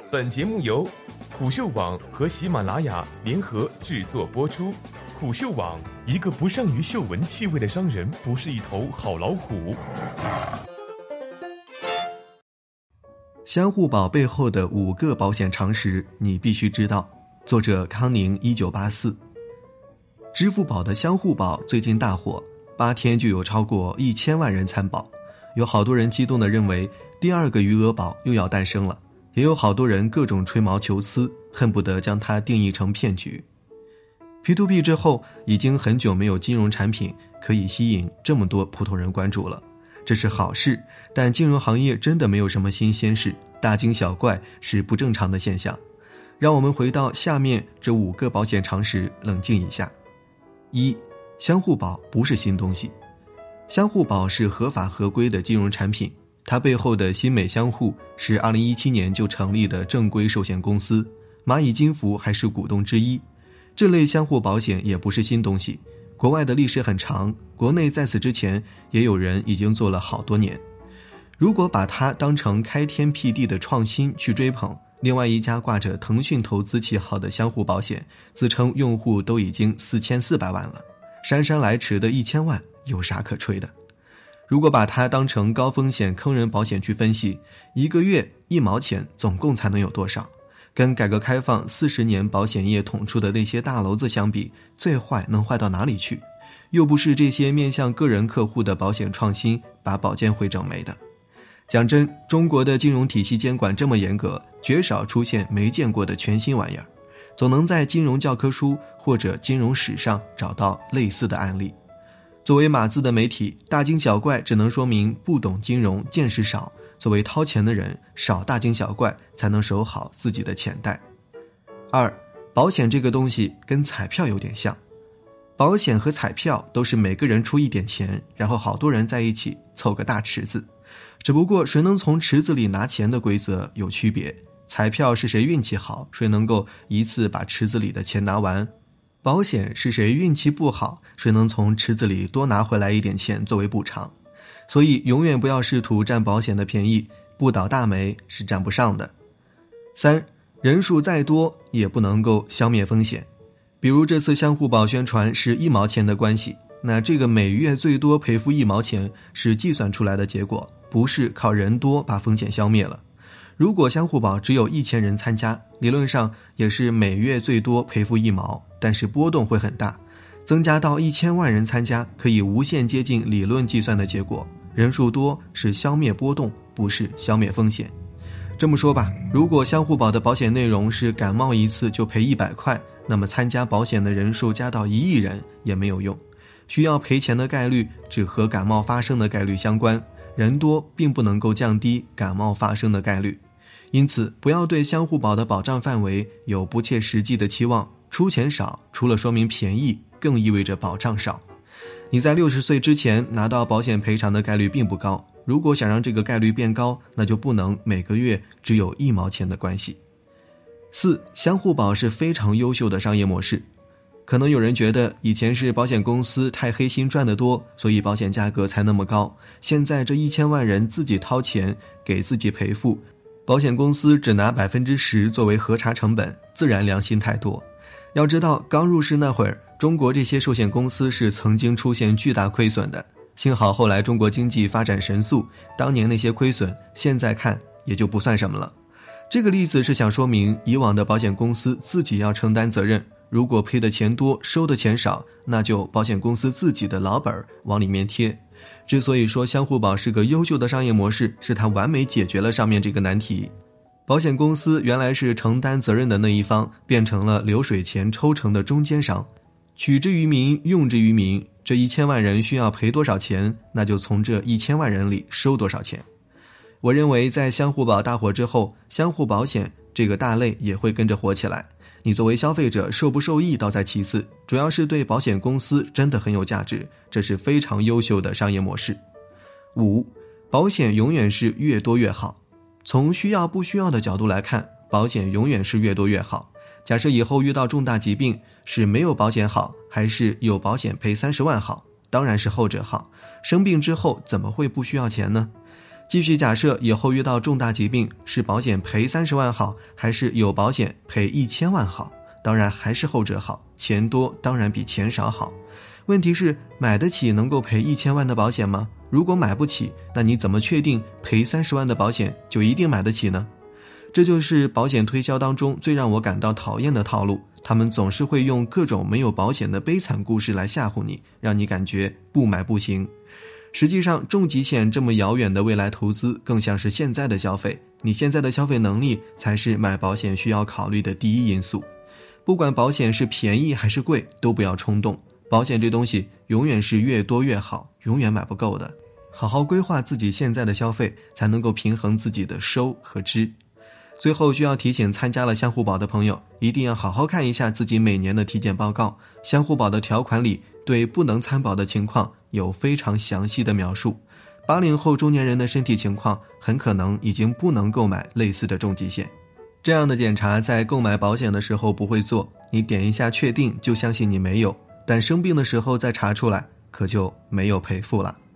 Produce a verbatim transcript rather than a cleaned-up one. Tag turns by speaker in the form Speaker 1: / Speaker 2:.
Speaker 1: 本节目由虎嗅网和喜马拉雅联合制作播出。虎嗅网：一个不善于嗅闻气味的商人不是一头好老虎。
Speaker 2: 相互保背后的五个保险常识，你必须知道。作者康宁一九八四。支付宝的相互保最近大火，八天就有超过一千万人参保，有好多人激动地认为第二个余额宝又要诞生了，也有好多人各种吹毛求疵，恨不得将它定义成骗局。P to P 之后，已经很久没有金融产品可以吸引这么多普通人关注了，这是好事，但金融行业真的没有什么新鲜事，大惊小怪是不正常的现象。让我们回到下面这五个保险常识，冷静一下。一、相互保不是新东西。相互保是合法合规的金融产品，它背后的新美相互是二零一七年就成立的正规寿险公司，蚂蚁金服还是股东之一。这类相互保险也不是新东西，国外的历史很长，国内在此之前也有人已经做了好多年。如果把它当成开天辟地的创新去追捧，另外一家挂着腾讯投资旗号的相互保险，自称用户都已经四千四百万了，姗姗来迟的一千万有啥可吹的？如果把它当成高风险坑人保险去分析，一个月一毛钱总共才能有多少？跟改革开放四十年保险业捅出的那些大篓子相比，最坏能坏到哪里去？又不是这些面向个人客户的保险创新把保监会整没的。讲真，中国的金融体系监管这么严格，绝少出现没见过的全新玩意儿，总能在金融教科书或者金融史上找到类似的案例。作为码字的媒体，大惊小怪只能说明不懂金融，见识少。作为掏钱的人，少大惊小怪，才能守好自己的钱袋。二、保险这个东西跟彩票有点像，保险和彩票都是每个人出一点钱，然后好多人在一起凑个大池子，只不过谁能从池子里拿钱的规则有区别。彩票是谁运气好，谁能够一次把池子里的钱拿完，保险是谁运气不好，谁能从池子里多拿回来一点钱作为补偿。所以永远不要试图占保险的便宜，不倒大霉是占不上的。三、人数再多也不能够消灭风险。比如这次相互保宣传是一毛钱的关系，那这个每月最多赔付一毛钱是计算出来的结果，不是靠人多把风险消灭了。如果相互保只有一千人参加，理论上也是每月最多赔付一毛，但是波动会很大。增加到一千万人参加，可以无限接近理论计算的结果。人数多是消灭波动，不是消灭风险。这么说吧，如果相互保的保险内容是感冒一次就赔一百块，那么参加保险的人数加到一亿人也没有用。需要赔钱的概率只和感冒发生的概率相关，人多并不能够降低感冒发生的概率。因此，不要对相互保的保障范围有不切实际的期望。出钱少，除了说明便宜，更意味着保障少。你在六十岁之前拿到保险赔偿的概率并不高，如果想让这个概率变高，那就不能每个月只有一毛钱的关系。四、相互保是非常优秀的商业模式。可能有人觉得以前是保险公司太黑心赚得多，所以保险价格才那么高，现在这一千万人自己掏钱给自己赔付，保险公司只拿 百分之十 作为核查成本，自然良心太多。要知道，刚入市那会儿，中国这些寿险公司是曾经出现巨大亏损的，幸好后来中国经济发展神速，当年那些亏损现在看也就不算什么了。这个例子是想说明，以往的保险公司自己要承担责任，如果赔的钱多收的钱少，那就保险公司自己的老本往里面贴。之所以说相互保是个优秀的商业模式，是它完美解决了上面这个难题。保险公司原来是承担责任的那一方，变成了流水钱抽成的中间商，取之于民，用之于民。这一千万人需要赔多少钱，那就从这一千万人里收多少钱。我认为在相互保大火之后，相互保险这个大类也会跟着火起来。你作为消费者受不受益倒在其次，主要是对保险公司真的很有价值，这是非常优秀的商业模式。五、保险永远是越多越好。从需要不需要的角度来看，保险永远是越多越好。假设以后遇到重大疾病，是没有保险好，还是有保险赔三十万好？当然是后者好。生病之后怎么会不需要钱呢？ 继续假设以后遇到重大疾病，是保险赔三十万好，还是有保险赔一千万好？当然还是后者好，钱多当然比钱少好。问题是买得起能够赔一千万的保险吗？如果买不起，那你怎么确定赔三十万的保险就一定买得起呢？这就是保险推销当中最让我感到讨厌的套路，他们总是会用各种没有保险的悲惨故事来吓唬你，让你感觉不买不行。实际上，重疾险这么遥远的未来投资，更像是现在的消费，你现在的消费能力才是买保险需要考虑的第一因素。不管保险是便宜还是贵，都不要冲动，保险这东西永远是越多越好，永远买不够的。好好规划自己现在的消费，才能够平衡自己的收和支。最后需要提醒参加了相互保的朋友，一定要好好看一下自己每年的体检报告，相互保的条款里对不能参保的情况有非常详细的描述。八零后中年人的身体情况很可能已经不能购买类似的重疾险。这样的检查在购买保险的时候不会做，你点一下确定就相信你没有，但生病的时候再查出来，可就没有赔付了。